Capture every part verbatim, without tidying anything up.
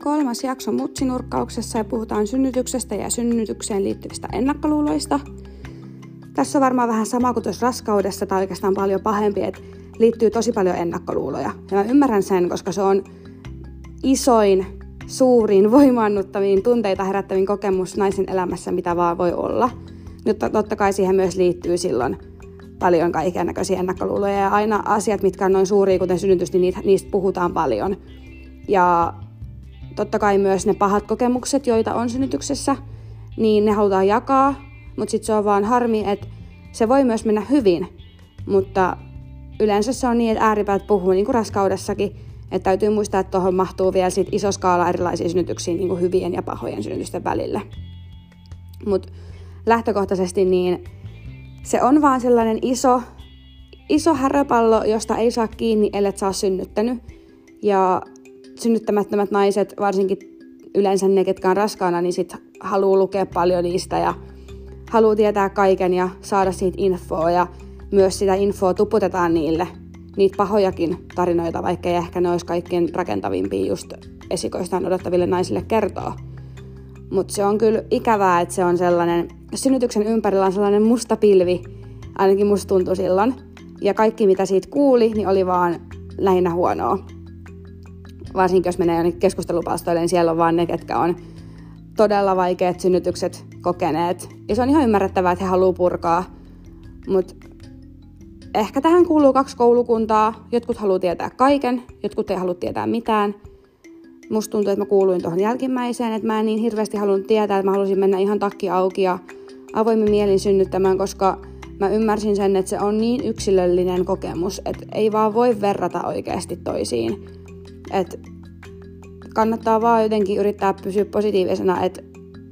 kolmas jakso Mutsinurkkauksessa ja puhutaan synnytyksestä ja synnytykseen liittyvistä ennakkoluuloista. Tässä on varmaan vähän sama kuin tuossa raskaudessa tai oikeastaan paljon pahempi, että liittyy tosi paljon ennakkoluuloja. Ja mä ymmärrän sen, koska se on isoin, suurin, voimaannuttavin, tunteita herättävin kokemus naisen elämässä, mitä vaan voi olla. Nyt totta kai siihen myös liittyy silloin paljon kaikennäköisiä ennakkoluuloja ja aina asiat, mitkä on noin suuria, kuten synnytys, niin niistä puhutaan paljon. Ja totta kai myös ne pahat kokemukset, joita on synnytyksessä, niin ne halutaan jakaa, mutta sitten se on vaan harmi, että se voi myös mennä hyvin, mutta yleensä se on niin, että ääripäät puhuu niin kuin raskaudessakin, että täytyy muistaa, että tuohon mahtuu vielä sit iso skaala erilaisia synnytyksiä niin kuin hyvien ja pahojen synnytysten välille. Mutta lähtökohtaisesti niin se on vaan sellainen iso, iso häröpallo, josta ei saa kiinni, ellet saa synnyttänyt. Ja synnyttämättömät naiset, varsinkin yleensä ne, ketkä on raskaana, niin sit haluaa lukea paljon niistä ja haluaa tietää kaiken ja saada siitä infoa. Ja myös sitä infoa tuputetaan niille, niitä pahojakin tarinoita, vaikka ei ehkä ne olisi kaikkein rakentavimpia just esikoistaan odottaville naisille kertoa. Mutta se on kyllä ikävää, että se on sellainen, synnytyksen ympärillä on sellainen musta pilvi, ainakin musta tuntui silloin. Ja kaikki mitä siitä kuuli, niin oli vaan lähinnä huonoa. Varsinkin jos menee jonnekin keskustelupalstoille, niin siellä on vaan ne, ketkä on todella vaikeat synnytykset kokeneet. Ja se on ihan ymmärrettävää, että he haluaa purkaa. Mutta ehkä tähän kuuluu kaksi koulukuntaa. Jotkut haluaa tietää kaiken, jotkut ei halua tietää mitään. Musta tuntuu, että mä kuuluin tuohon jälkimmäiseen, että mä en niin hirveästi halunnut tietää, että mä halusin mennä ihan takki auki ja avoimin mielin synnyttämään, koska mä ymmärsin sen, että se on niin yksilöllinen kokemus, että ei vaan voi verrata oikeasti toisiin. Että kannattaa vaan jotenkin yrittää pysyä positiivisena, että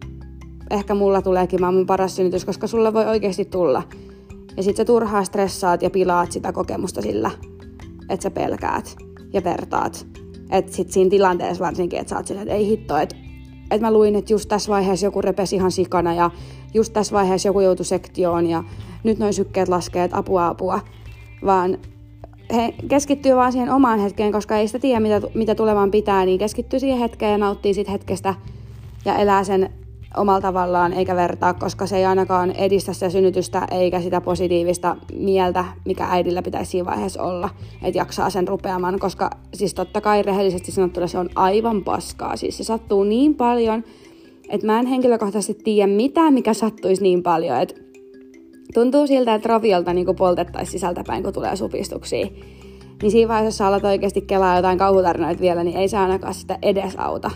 ehkä mulla tuleekin mä mun paras synnytys, koska sulla voi oikeasti tulla. Ja sit sä turhaa stressaat ja pilaat sitä kokemusta sillä, että sä pelkäät ja vertaat. Että sit siinä tilanteessa varsinkin, että sä oot silleen, että ei hitto, että et mä luin, että just tässä vaiheessa joku repesi ihan sikana ja just tässä vaiheessa joku joutui sektioon ja nyt noin sykkeet laskee, että apua apua. Vaan he keskittyy vaan siihen omaan hetkeen, koska ei sitä tiedä, mitä, mitä tulemaan pitää, niin keskittyy siihen hetkeen ja nauttii siitä hetkestä ja elää sen omalla tavallaan eikä vertaa, koska se ei ainakaan edistä sitä synnytystä eikä sitä positiivista mieltä, mikä äidillä pitäisi siinä vaiheessa olla, että jaksaa sen rupeaman, koska siis totta kai rehellisesti sanottuna se on aivan paskaa, siis se sattuu niin paljon, että mä en henkilökohtaisesti tiedä mitään, mikä sattuisi niin paljon, että tuntuu siltä, että raviolta niin poltettaisiin sisältäpäin, kun tulee supistuksia. Niin siinä vaiheessa, jos sä alat oikeasti kelaa jotain kauhutarinoita vielä, niin ei se ainakaan sitä edesauta.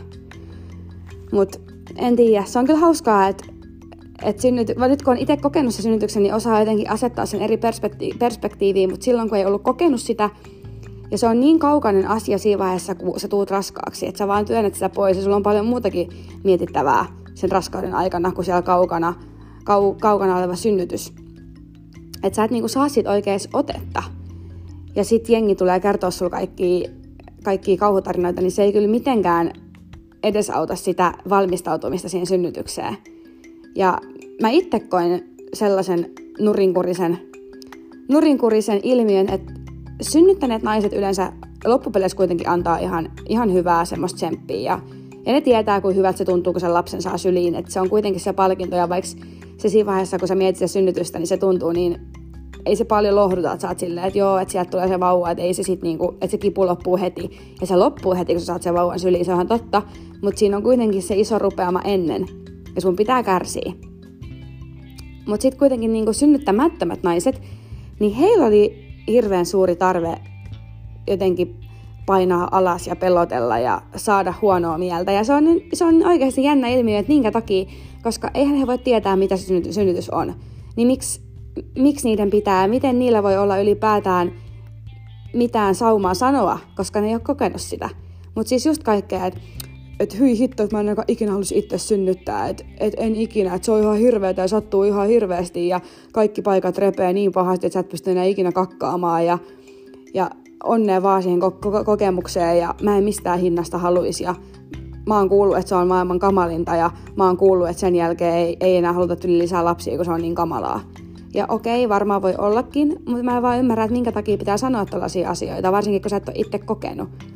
Mutta en tiedä. Se on kyllä hauskaa, että, että synnyty... nyt kun on itse kokenut sen synnytyksen, niin osaa jotenkin asettaa sen eri perspekti- perspektiiviin, mutta silloin kun ei ollut kokenut sitä, ja se on niin kaukainen asia siinä vaiheessa, kun sä tuut raskaaksi, että sä vaan työnnät sitä pois, ja sulla on paljon muutakin mietittävää sen raskauden aikana, kuin siellä kaukana, kau, kaukana oleva synnytys. Että sä et niinku saa siitä oikeasti otetta. Ja sit jengi tulee kertoa sulle kaikkia, kaikkia kauhutarinoita, niin se ei kyllä mitenkään edesauta sitä valmistautumista siihen synnytykseen. Ja mä itse koin sellaisen nurinkurisen, nurinkurisen ilmiön, että synnyttäneet naiset yleensä loppupeleissä kuitenkin antaa ihan, ihan hyvää semmoista tsemppiä. Ja, ja ne tietää, kuinka hyvältä se tuntuu, kun sen lapsen saa syliin. Että se on kuitenkin se palkinto. Ja vaikka se siinä vaiheessa, kun sä mietit sitä synnytystä, niin se tuntuu niin, ei se paljon lohduta, että sä oot silleen, että joo, että sieltä tulee se vauva, että ei se sit niinku, että se kipu loppuu heti. Ja se loppuu heti, kun sä saat sen vauvan syliin, se on ihan totta. Mutta siinä on kuitenkin se iso rupeama ennen, ja sun pitää kärsiä. Mutta sitten kuitenkin niinku synnyttämättömät naiset, niin heillä oli hirveän suuri tarve jotenkin painaa alas ja pelotella ja saada huonoa mieltä. Ja se on, se on oikeasti jännä ilmiö, että minkä takia, koska eihän he voi tietää, mitä se synnytys on. Niin miksi, miksi niiden pitää, miten niillä voi olla ylipäätään mitään saumaa sanoa, koska ne ei ole kokenut sitä. Mutta siis just kaikkea, että et hyi hitto, että mä en ikinä halusi itse synnyttää, että et en ikinä, että se on ihan hirveätä ja sattuu ihan hirveästi ja kaikki paikat repee niin pahasti, että sä et pysty enää ikinä kakkaamaan ja, ja onnea vaan siihen ko- kokemukseen ja mä en mistään hinnasta haluisi ja mä oon kuullut, että se on maailman kamalinta ja mä oon kuullut, että sen jälkeen ei, ei enää haluta tuli lisää lapsia, kun se on niin kamalaa. Ja okei, varmaan voi ollakin, mutta mä en vaan ymmärrä, että minkä takia pitää sanoa tällaisia asioita, varsinkin kun sä et ole itse kokenut.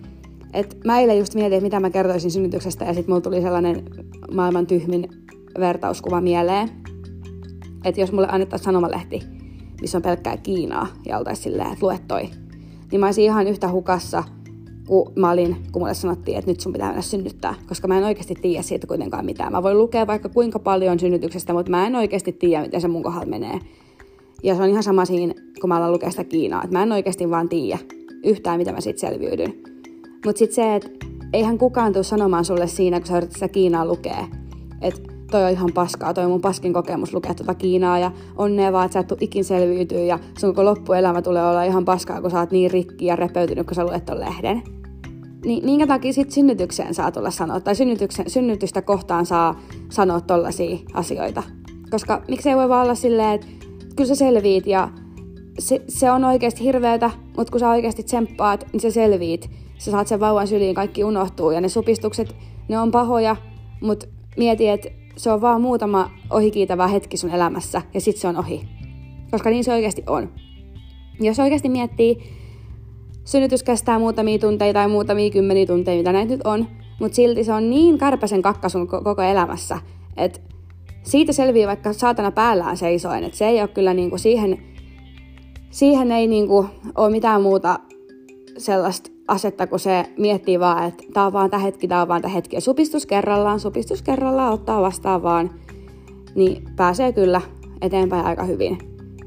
Et mä eilen just mietin, että mitä mä kertoisin synnytyksestä, ja sit mulla tuli sellainen maailman tyhmin vertauskuva mieleen. Että jos mulle annettaisiin sanomalehti, missä on pelkkää Kiinaa, ja oltaisiin silleen, että lue toi, niin mä olisin ihan yhtä hukassa, kun mä olin, kun mulle sanottiin, että nyt sun pitää mennä synnyttää. Koska mä en oikeasti tiedä siitä kuitenkaan mitään. Mä voin lukea vaikka kuinka paljon synnytyksestä, mutta mä en oikeasti tiedä, miten se mun kohdalla menee. Ja se on ihan sama siinä, kun mä alan lukea sitä Kiinaa. Että mä en oikeasti vaan tiedä yhtään, mitä mä siitä selviydyn. Mutta sitten se, että eihän kukaan tule sanomaan sulle siinä, kun sä yrität sitä Kiinaa lukea, että toi on ihan paskaa, toi on mun paskin kokemus lukea tuota Kiinaa ja onnea vaan, että sä et tule ikin selviytyä ja sun koko loppuelämä tulee olla ihan paskaa, kun sä oot niin rikki ja repeytynyt, kun sä luet ton lehden. Niin minkä takia sit synnytykseen saa tulla sanoa, tai synnytystä kohtaan saa sanoa tollaisia asioita. Koska miksei voi vaan olla silleen, että kyllä sä selviit ja se, se on oikeasti hirveetä, mutta kun sä oikeasti tsemppaat, niin sä selviit. Sä saat sen vauvan syliin, kaikki unohtuu ja ne supistukset, ne on pahoja, mutta mieti, että se on vaan muutama ohikiitävä hetki sun elämässä ja sit se on ohi. Koska niin se oikeasti on. Jos oikeasti miettii, synnytys kestää muutamia tunteja tai muutamia kymmeniä tunteja, mitä näitä nyt on, mutta silti se on niin kärpäsen kakka sun koko elämässä, että siitä selviää vaikka saatana päällään seisoen, että se ei ole kyllä niinku siihen, siihen ei niinku ole mitään muuta sellaista asetta, kun se miettii vaan, että tää on vaan tää hetki, tää on vaan tää hetki. Ja supistus kerrallaan, supistus kerrallaan, ottaa vastaan vaan, niin pääsee kyllä eteenpäin aika hyvin.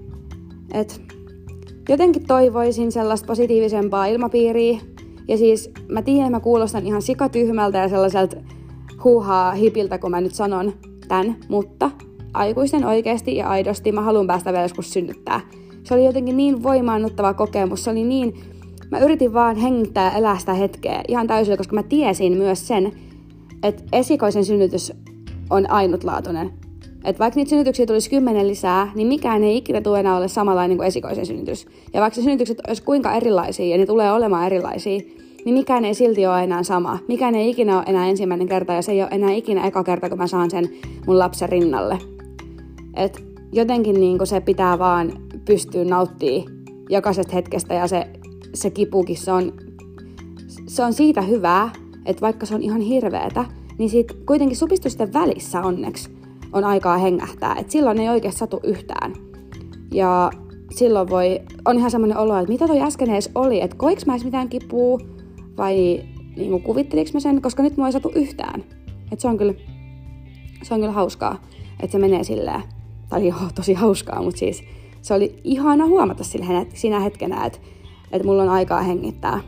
Et jotenkin toivoisin sellaista positiivisempaa ilmapiiriä. Ja siis mä tiedän, että mä kuulostan ihan sikatyhmältä ja sellaiselta huuhaa hipiltä, kun mä nyt sanon tän, mutta aikuisten oikeasti ja aidosti mä haluan päästä vielä joskus synnyttää. Se oli jotenkin niin voimaannuttava kokemus, se oli niin... Mä yritin vaan hengittää ja elää sitä hetkeä ihan täysillä, koska mä tiesin myös sen, että esikoisen synnytys on ainutlaatuinen. Että vaikka niitä synnytyksiä tulisi kymmenen lisää, niin mikään ei ikinä tule enää ole samanlainen kuin esikoisen synnytys. Ja vaikka synnytykset olisi kuinka erilaisia, ja ne tulee olemaan erilaisia, niin mikään ei silti ole enää sama. Mikään ei ikinä ole enää ensimmäinen kerta, ja se ei ole enää ikinä eka kerta, kun mä saan sen mun lapsen rinnalle. Et jotenkin niin se pitää vaan pystyä nauttimaan jokaisesta hetkestä, ja se se kipukin, se on, se on siitä hyvää, että vaikka se on ihan hirveetä, niin siitä kuitenkin supistusten välissä onneksi on aikaa hengähtää. Että silloin ei oikeasti satu yhtään. Ja silloin voi, on ihan semmoinen olo, että mitä toi äsken edes oli, että koiks mä edes mitään kipua vai niin kuin kuvitteliks mä sen, koska nyt mua ei satu yhtään. Että se on kyllä, se on kyllä hauskaa, että se menee silleen, tai joo, tosi hauskaa, mutta siis se oli ihana huomata siinä hetkenä, että että mulla on aikaa hengittää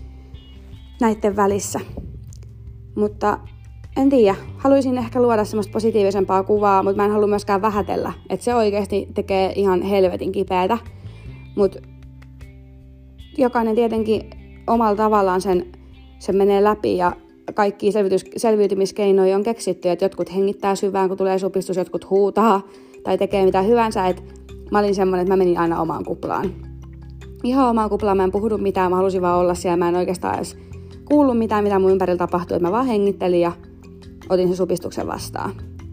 näiden välissä. Mutta en tiedä, haluaisin ehkä luoda semmoista positiivisempaa kuvaa, mutta mä en halua myöskään vähätellä. Että se oikeasti tekee ihan helvetin kipeätä. Mutta jokainen tietenkin omalla tavallaan sen, sen menee läpi ja kaikki selviytymiskeinoja on keksitty. Että jotkut hengittää syvään, kun tulee supistus, jotkut huutaa tai tekee mitä hyvänsä. Et mä olin semmoinen, että mä menin aina omaan kuplaan. Ihan omaa kuplaa, mä en puhunut mitään, mä halusin vaan olla siellä, mä en oikeastaan edes kuullut mitään, mitä mun ympärillä tapahtui, että mä vaan hengittelin ja otin sen supistuksen vastaan.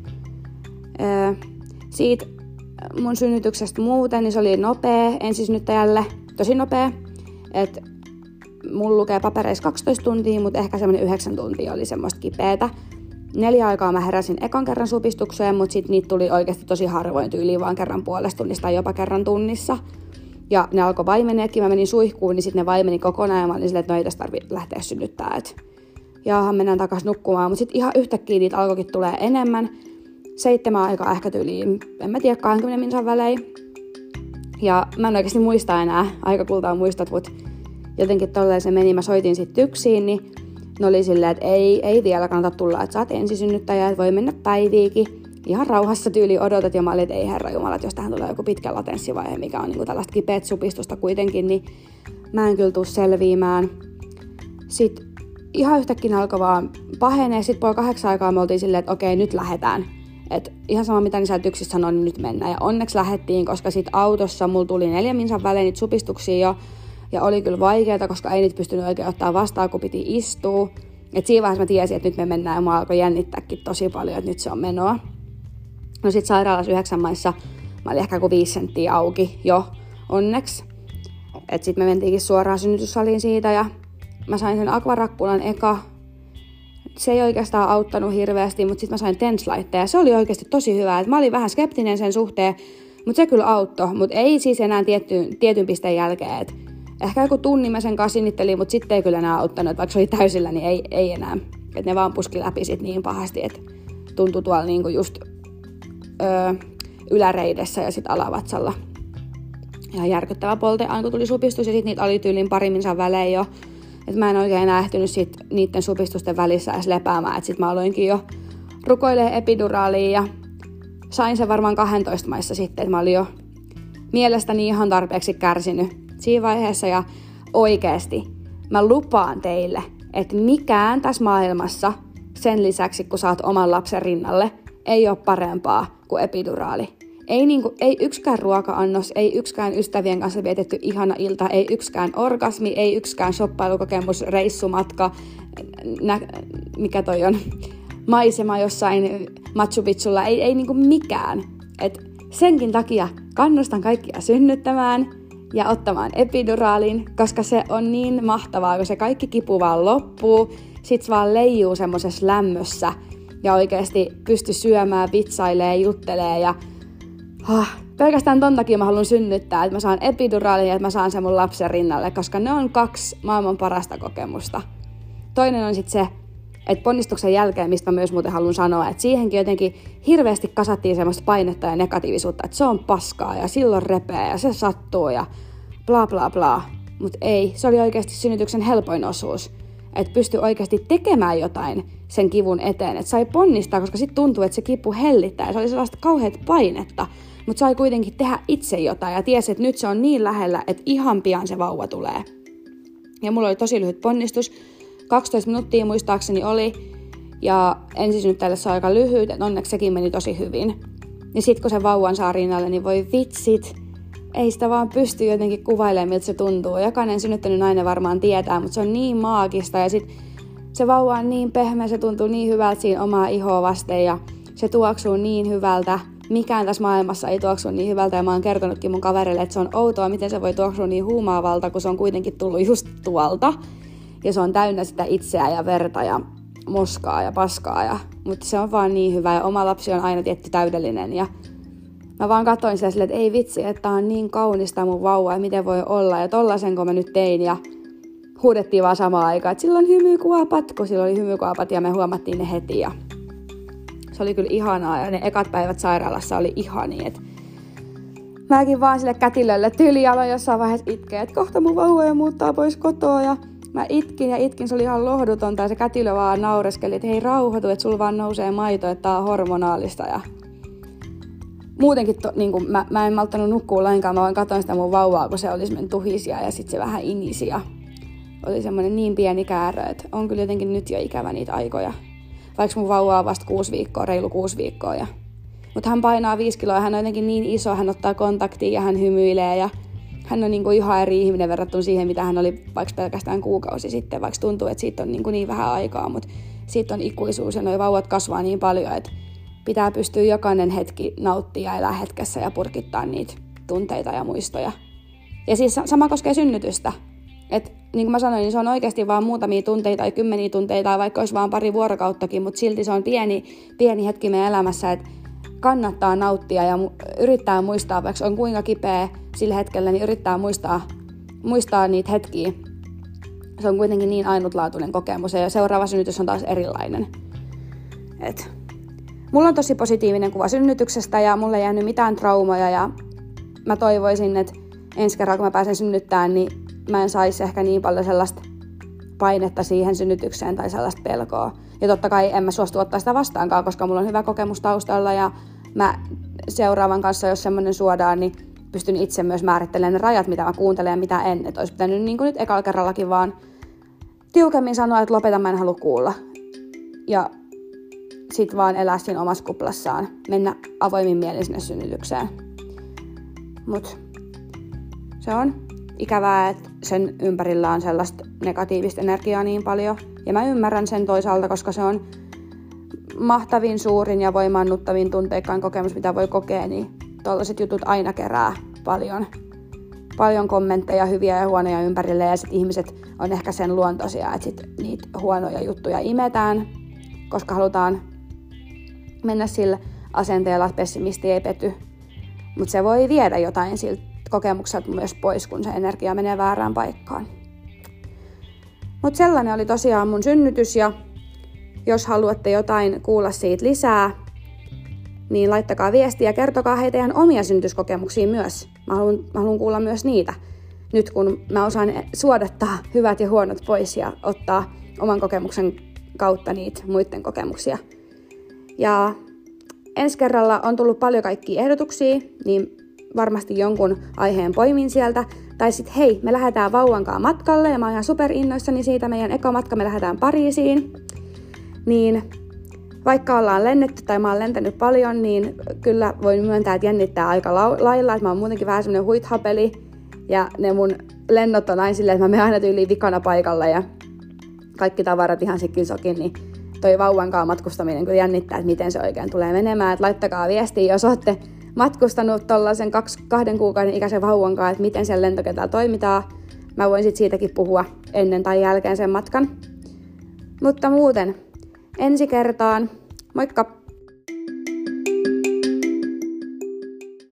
Öö, siitä mun synnytyksestä muuten, niin se oli nopea ensisynnyttäjälle, tosi nopea, että mun lukee papereissa kaksitoista tuntia, mutta ehkä semmoinen yhdeksän tuntia oli semmoista kipeätä. Neljä aikaa mä heräsin ekan kerran supistukseen, mutta sitten niitä tuli oikeasti tosi harvoin tyyliin vaan kerran puolesta tunnista tai jopa kerran tunnissa. Ja ne alkoi vaimeneekin, mä menin suihkuun, niin sitten ne vaimeni kokonaan ja mä olin silleen, että no ei tästä tarvitse lähteä synnyttää. Et jaahan, mennään takaisin nukkumaan, mutta sitten ihan yhtäkkiä niitä alkoikin tulee enemmän. Seitsemän aikaa ehkä tyyliin, en mä tiedä, kaksikymmentä minuutin välein. Ja mä en oikeasti muista enää, aika kultaa muistot, mutta jotenkin tolleen se meni, mä soitin sitten tyksiin, niin ne oli silleen, että ei, ei vielä kannata tulla, että sä oot ensisynnyttäjä, että voi mennä päiviikin. Ihan rauhassa tyyli odotat ja mä olin, että ei herra jumala, että jos tähän tulee joku pitkä latenssivaihe, mikä on niinku tällaista kipeät supistusta kuitenkin, niin mä en kyllä tuu selviämään. Sitten ihan yhtäkkiä alkoi vaan pahenee, sitten puoli kahdeksan aikaa me oltiin silleen, että okei, nyt lähdetään. Et ihan sama mitä niissä tyksissä sanoi, niin nyt mennään. Ja onneksi lähdettiin, koska sitten autossa mulla tuli neljän minsan välein niitä supistuksia jo, ja oli kyllä vaikeaa, koska ei niitä pystynyt oikein ottaa vastaan, kun piti istua. Et siinä vaiheessa mä tiesin, että nyt me mennään, ja mua alkoi jännittääkin tosi paljon, että nyt se on menoa. No sit sairaalassa yhdeksän maissa mä olin ehkä kuin viisi senttiä auki jo, onneksi. Et sit me mentiinkin suoraan synnytyssaliin siitä ja mä sain sen akvarakkulan eka. Se ei oikeastaan auttanut hirveästi, mutta sitten mä sain TENS-laitteen ja se oli oikeasti tosi hyvä. Et mä olin vähän skeptinen sen suhteen, mutta se kyllä auttoi. Mutta ei siis enää tietty, tietyn pisteen jälkeen. Et ehkä joku tunnin mä sen kanssa sinnittelin, mutta sitten ei kyllä enää auttanut. Et vaikka se oli täysillä, niin ei, ei enää. Et ne vaan puski läpi sit niin pahasti, että tuntui tuolla niinku just öö, yläreidessä ja sitten alavatsalla. Ihan järkyttävä polte, aina kun tuli supistus ja sitten niitä oli tyylin parimminsa välein jo. Että mä en oikein enää ehtinyt sit niiden supistusten välissä edes lepäämään. Että sit mä aloinkin jo rukoilemaan epiduraaliin ja sain sen varmaan kaksitoista maissa sitten. Että mä olin jo mielestäni ihan tarpeeksi kärsinyt siinä vaiheessa. Ja oikeesti mä lupaan teille, että mikään tässä maailmassa sen lisäksi, kun saat oman lapsen rinnalle, ei ole parempaa kuin epiduraali. Ei, niinku, ei yksikään ruoka-annos, ei yksikään ystävien kanssa vietetty ihana ilta, ei yksikään orgasmi, ei yksikään shoppailukokemus, reissumatka, nä, mikä toi on, maisema jossain Machu Picchulla, ei, ei niinku mikään. Et senkin takia kannustan kaikkia synnyttämään ja ottamaan epiduraalin, koska se on niin mahtavaa, kun se kaikki kipu vaan loppuu, sit se vaan leijuu semmosessa lämmössä ja oikeesti pysty syömään, vitsailee, juttelee ja Oh, pelkästään ton takia mä haluan synnyttää, että mä saan epiduraalin ja että mä saan sen mun lapsen rinnalle, koska ne on kaksi maailman parasta kokemusta. Toinen on sitten se, että ponnistuksen jälkeen, mistä mä myös muuten haluan sanoa, että siihenkin jotenkin hirveästi kasattiin semmoista painetta ja negatiivisuutta, että se on paskaa ja silloin repeää ja se sattuu ja bla bla bla. Mutta ei, se oli oikeasti synnytyksen helpoin osuus. Että pystyi oikeasti tekemään jotain sen kivun eteen, että sai ponnistaa, koska sitten tuntuu, että se kipu hellittää ja se oli sellaista kauheat painetta. Mutta sai kuitenkin tehdä itse jotain ja tiesi, että nyt se on niin lähellä, että ihan pian se vauva tulee. Ja mulla oli tosi lyhyt ponnistus. kaksitoista minuuttia muistaakseni oli. Ja ensisynnyttäjälle se on aika lyhyt, että onneksi sekin meni tosi hyvin. Ja sit kun se vauvan saa rinnalle, niin voi vitsit. Ei sitä vaan pysty jotenkin kuvailemaan, miltä se tuntuu. Jokainen synnyttänyt nainen varmaan tietää, mutta se on niin maagista. Ja sit se vauva on niin pehmeä, se tuntuu niin hyvältä siinä omaa ihoa vasten. Ja se tuoksuu niin hyvältä. Mikään tässä maailmassa ei tuoksu niin hyvältä ja mä oon kertonutkin mun kaverille, että se on outoa, miten se voi tuoksua niin huumaavalta, kun se on kuitenkin tullut just tuolta. Ja se on täynnä sitä itseä ja verta ja moskaa ja paskaa. Ja, mutta se on vaan niin hyvä ja oma lapsi on aina tietty täydellinen. Ja mä vaan katsoin sitä silleen, että ei vitsi, että tää on niin kaunista mun vauva ja miten voi olla. Ja tollasen kun mä nyt tein ja huudettiin vaan samaan aikaan, että sillä on hymykuopat, kun sillä oli hymykuopat ja me huomattiin ne heti. Ja se oli kyllä ihanaa ja ne ekat päivät sairaalassa oli ihania. Et mäkin vaan sille kätilölle tyyliin aloin jossain vaiheessa itkeä, että kohta mun vauva ja muuttaa pois kotoa. Ja mä itkin ja itkin, se oli ihan lohdutonta ja se kätilö vaan naureskeli, että hei rauhoitu, että sulla vaan nousee maito, että tää on hormonaalista. Ja muutenkin to, niin kun mä, mä en malttanut nukkua lainkaan, mä vaan katsoin sitä mun vauvaa, kun se oli semmoinen tuhisia ja sit se vähän inisi ja oli semmoinen niin pieni käärö, että on kyllä jotenkin nyt jo ikävä niitä aikoja. Vaikka mun vauva on vasta kuusi viikkoa, reilu kuusi viikkoa. Ja mutta hän painaa viisi kiloa, hän on jotenkin niin iso, hän ottaa kontaktia ja hän hymyilee ja hän on niin kuin ihan eri ihminen verrattuna siihen, mitä hän oli vaikka pelkästään kuukausi sitten, vaikka tuntuu, että siitä on niin, kuin niin vähän aikaa, mutta siitä on ikuisuus ja nuo vauvat kasvaa niin paljon, että pitää pystyä jokainen hetki nauttia ja elää hetkessä ja purkittaa niitä tunteita ja muistoja. Ja siis sama koskee synnytystä. Että niin kuin mä sanoin, niin se on oikeasti vaan muutamia tunteita tai kymmeniä tunteita, vaikka olisi vaan pari vuorokauttakin, mutta silti se on pieni, pieni hetki meidän elämässä, että kannattaa nauttia ja mu- yrittää muistaa, vaikka on kuinka kipeä sillä hetkellä, niin yrittää muistaa, muistaa niitä hetkiä. Se on kuitenkin niin ainutlaatuinen kokemus ja seuraava synnytys on taas erilainen. Et mulla on tosi positiivinen kuva synnytyksestä ja mulla ei jäänyt mitään traumoja ja mä toivoisin, että ensi kerralla kun mä pääsen synnyttämään, niin mä en saisi ehkä niin paljon sellaista painetta siihen synnytykseen tai sellaista pelkoa. Ja totta kai en mä suostu ottaa sitä vastaankaan, koska mulla on hyvä kokemus taustalla ja mä seuraavan kanssa, jos semmoinen suodaan, niin pystyn itse myös määrittelemään ne rajat, mitä mä kuuntelen ja mitä en. Että olisi pitänyt niin kuin nyt ekalla kerrallakin vaan tiukemmin sanoa, että lopeta, mä en halua kuulla. Ja sit vaan elää siinä omassa kuplassaan, mennä avoimin mielin sinne synnytykseen. Mut se on ikävää, että sen ympärillä on sellaista negatiivista energiaa niin paljon. Ja mä ymmärrän sen toisaalta, koska se on mahtavin, suurin ja voimaannuttavin tunteikkaan kokemus, mitä voi kokea, niin tollaiset jutut aina kerää paljon paljon kommentteja, hyviä ja huonoja ympärille, ja sitten ihmiset on ehkä sen luontoisia, että sit niitä huonoja juttuja imetään, koska halutaan mennä sillä asenteella, että pessimisti ei pety. Mutta se voi viedä jotain siltä kokemukselta myös pois, kun se energia menee väärään paikkaan. Mutta sellainen oli tosiaan mun synnytys, ja jos haluatte jotain kuulla siitä lisää, niin laittakaa viestiä ja kertokaa heitä ihan omia synnytyskokemuksia myös. Mä haluan, mä haluan kuulla myös niitä, nyt kun mä osaan suodattaa hyvät ja huonot pois ja ottaa oman kokemuksen kautta niitä muiden kokemuksia. Ja ensi kerralla on tullut paljon kaikkia ehdotuksia, niin varmasti jonkun aiheen poimin sieltä. Tai sitten hei, me lähdetään vauvankaan matkalle ja mä oon ihan superinnoissani siitä, meidän eka matka, me lähdetään Pariisiin. Niin vaikka ollaan lennetty tai mä oon lentänyt paljon, niin kyllä voin myöntää, että jännittää aika lailla, että mä oon muutenkin vähän semmonen huithapeli. Ja ne mun lennot on aina silleen, että mä menen aina tyyliin vikana paikalla ja kaikki tavarat ihan sikkin sokin, niin toi vauvankaan matkustaminen kyllä jännittää, että miten se oikein tulee menemään. Että laittakaa viestiä, jos ootte matkustanut tollasen kaksi, kahden kuukauden ikäisen vauvankaan, että miten siellä lentokentällä toimitaan. Mä voin sit siitäkin puhua ennen tai jälkeen sen matkan. Mutta muuten, ensi kertaan. Moikka!